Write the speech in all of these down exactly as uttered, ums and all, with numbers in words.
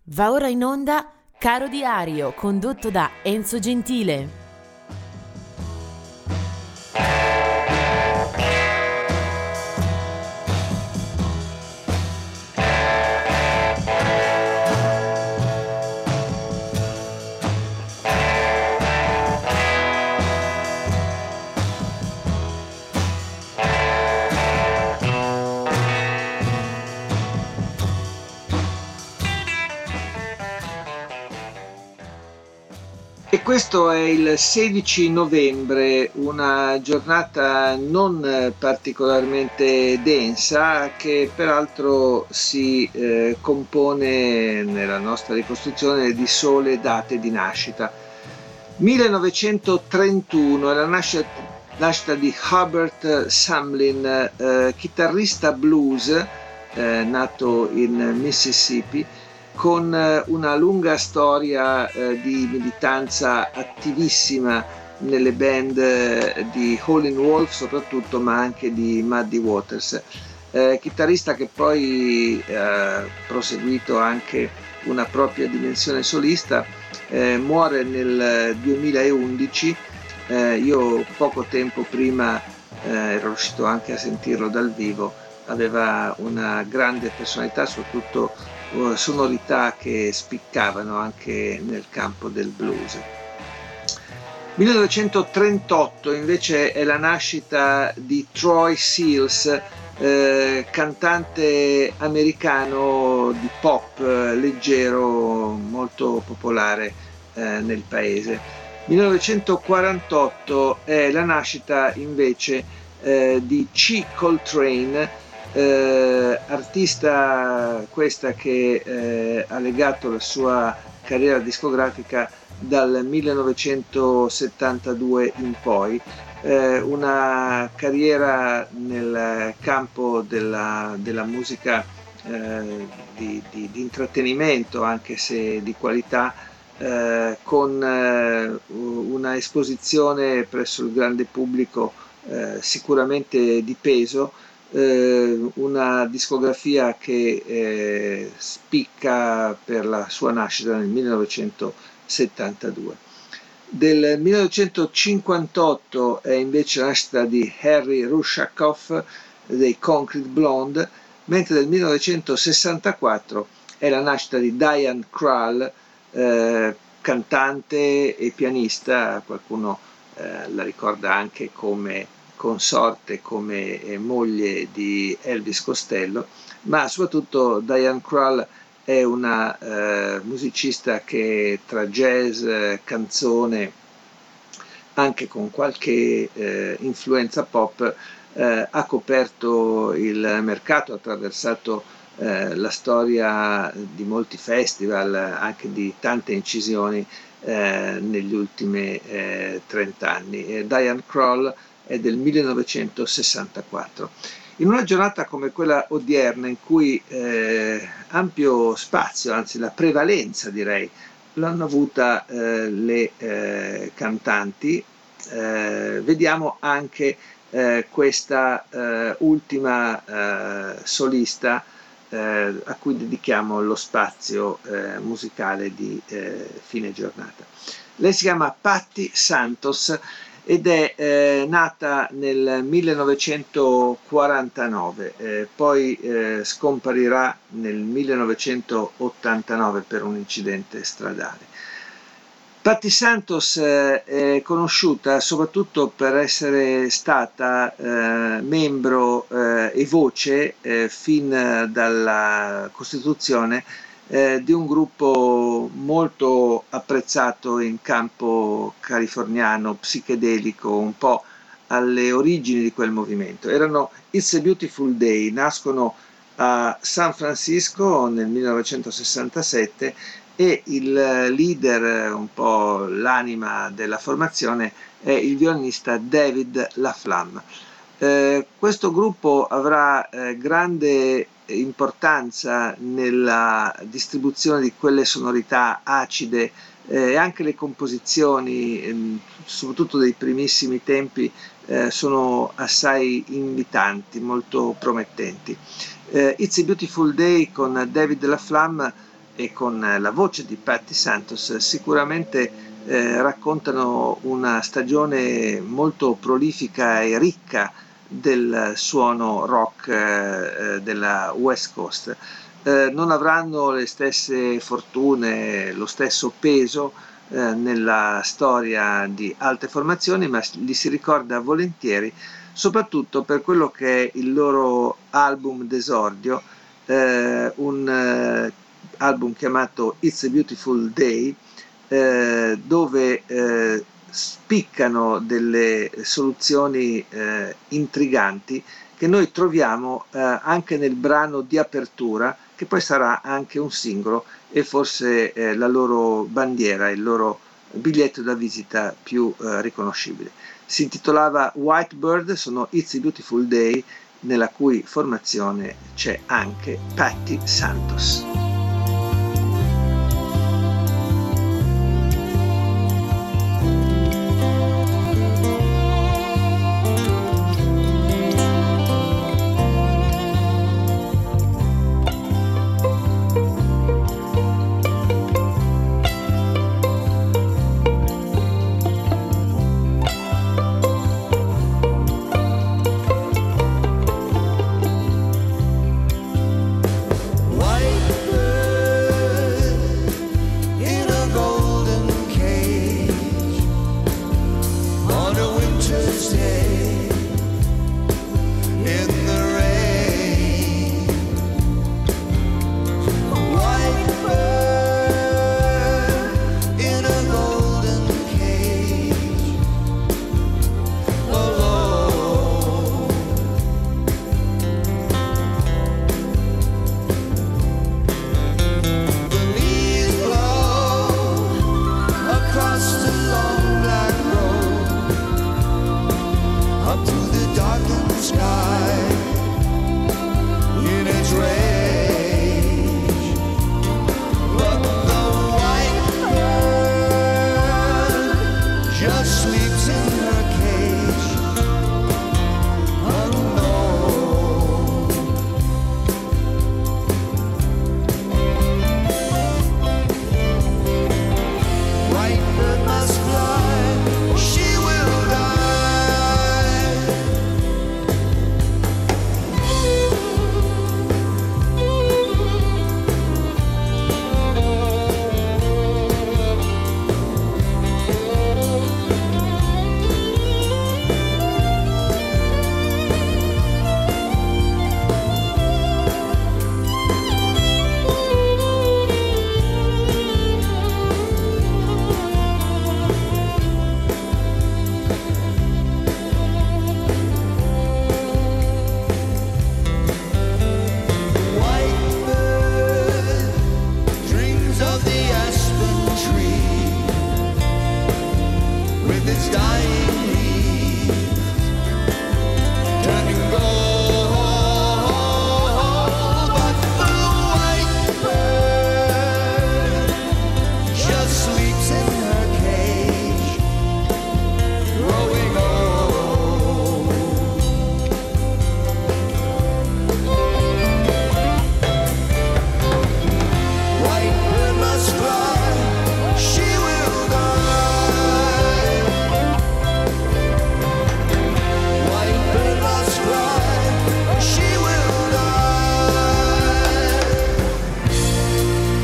Va ora in onda Caro Diario, condotto da Enzo Gentile. E questo è il sedici novembre, una giornata non particolarmente densa che peraltro si eh, compone nella nostra ricostruzione di sole date di nascita. millenovecentotrentuno è la nascita, nascita di Hubert Sumlin, eh, chitarrista blues eh, nato in Mississippi, con una lunga storia eh, di militanza attivissima nelle band eh, di Howlin' Wolf soprattutto, ma anche di Muddy Waters. Eh, chitarrista che poi ha eh, proseguito anche una propria dimensione solista, eh, muore nel duemilaundici. Eh, io poco tempo prima eh, ero riuscito anche a sentirlo dal vivo. Aveva una grande personalità, soprattutto sonorità che spiccavano anche nel campo del blues. millenovecentotrentotto invece è la nascita di Troy Seals, eh, cantante americano di pop eh, leggero, molto popolare eh, nel paese. millenovecentoquarantotto è la nascita invece eh, di C. Coltrane, Eh, artista questa che eh, ha legato la sua carriera discografica dal millenovecentosettantadue in poi, eh, una carriera nel campo della, della musica eh, di, di, di intrattenimento, anche se di qualità, eh, con eh, una esposizione presso il grande pubblico eh, sicuramente di peso. Eh, una discografia che eh, spicca per la sua nascita nel millenovecentosettantadue. Del millenovecentocinquantotto è invece la nascita di Harry Rushakoff dei Concrete Blonde, mentre del millenovecentosessantaquattro è la nascita di Diane Krall, eh, cantante e pianista. Qualcuno eh, la ricorda anche come consorte, come eh, moglie di Elvis Costello, ma soprattutto Diane Krall è una eh, musicista che tra jazz, eh, canzone, anche con qualche eh, influenza pop, eh, ha coperto il mercato, ha attraversato eh, la storia di molti festival, anche di tante incisioni eh, negli ultimi eh, trenta anni. E Diane Krall è del millenovecentosessantaquattro. In una giornata come quella odierna, in cui eh, ampio spazio, anzi la prevalenza direi, l'hanno avuta eh, le eh, cantanti, eh, vediamo anche eh, questa eh, ultima eh, solista eh, a cui dedichiamo lo spazio eh, musicale di eh, fine giornata. Lei si chiama Patti Santos ed è eh, nata nel millenovecentoquarantanove, eh, poi eh, scomparirà nel millenovecentottantanove per un incidente stradale. Patti Santos eh, è conosciuta soprattutto per essere stata eh, membro eh, e voce eh, fin dalla Costituzione eh, di un gruppo molto apprezzato in campo californiano, psichedelico, un po' alle origini di quel movimento. Erano It's a Beautiful Day, nascono a San Francisco nel millenovecentosessantasette e il leader, un po' l'anima della formazione, è il violinista David LaFlamme. Eh, questo gruppo avrà eh, grande importanza nella distribuzione di quelle sonorità acide e eh, anche le composizioni, eh, soprattutto dei primissimi tempi, eh, sono assai invitanti, molto promettenti. Eh, It's a Beautiful Day con David LaFlamme e con la voce di Patti Santos sicuramente eh, raccontano una stagione molto prolifica e ricca del suono rock eh, della West Coast. Eh, non avranno le stesse fortune, lo stesso peso eh, nella storia di altre formazioni, ma li si ricorda volentieri soprattutto per quello che è il loro album d'esordio, eh, un eh, album chiamato It's a Beautiful Day, eh, dove eh, spiccano delle soluzioni eh, intriganti che noi troviamo eh, anche nel brano di apertura, che poi sarà anche un singolo e forse eh, la loro bandiera, il loro biglietto da visita più eh, riconoscibile. Si intitolava White Bird, sono It's a Beautiful Day, nella cui formazione c'è anche Patti Santos.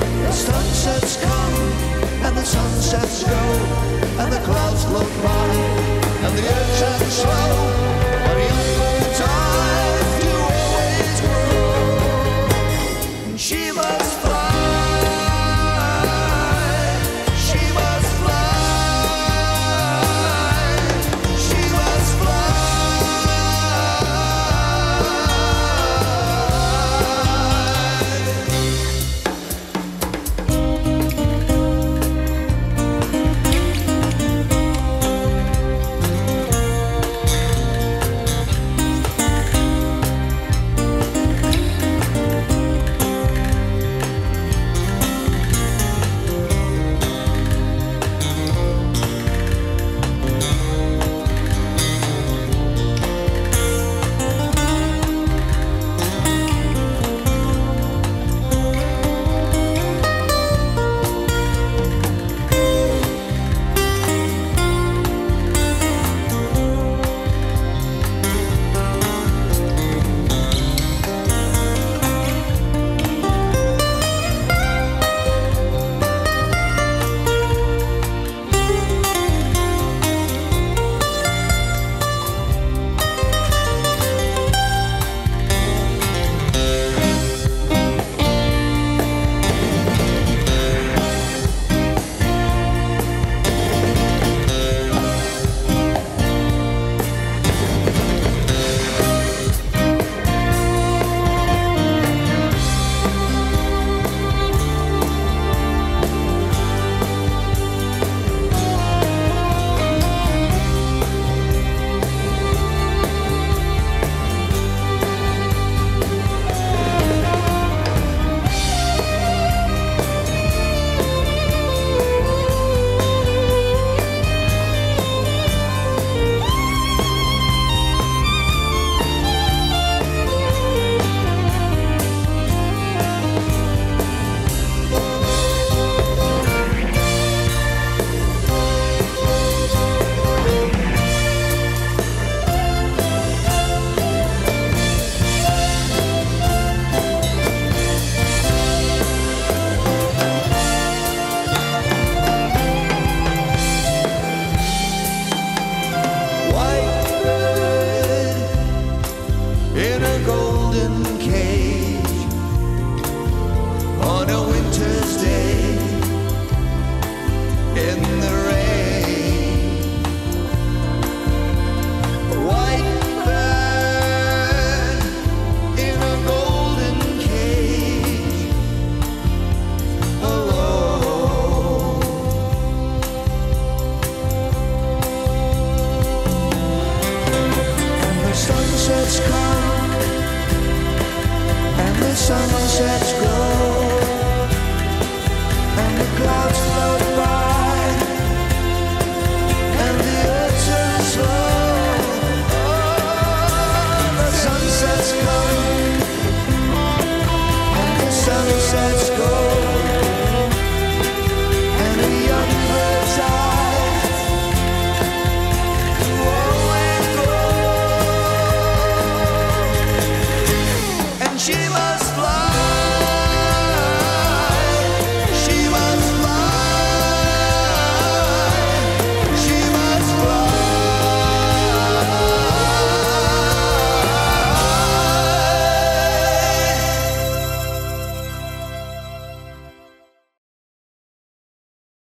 Sunsets come and the sunsets go and the clouds float by.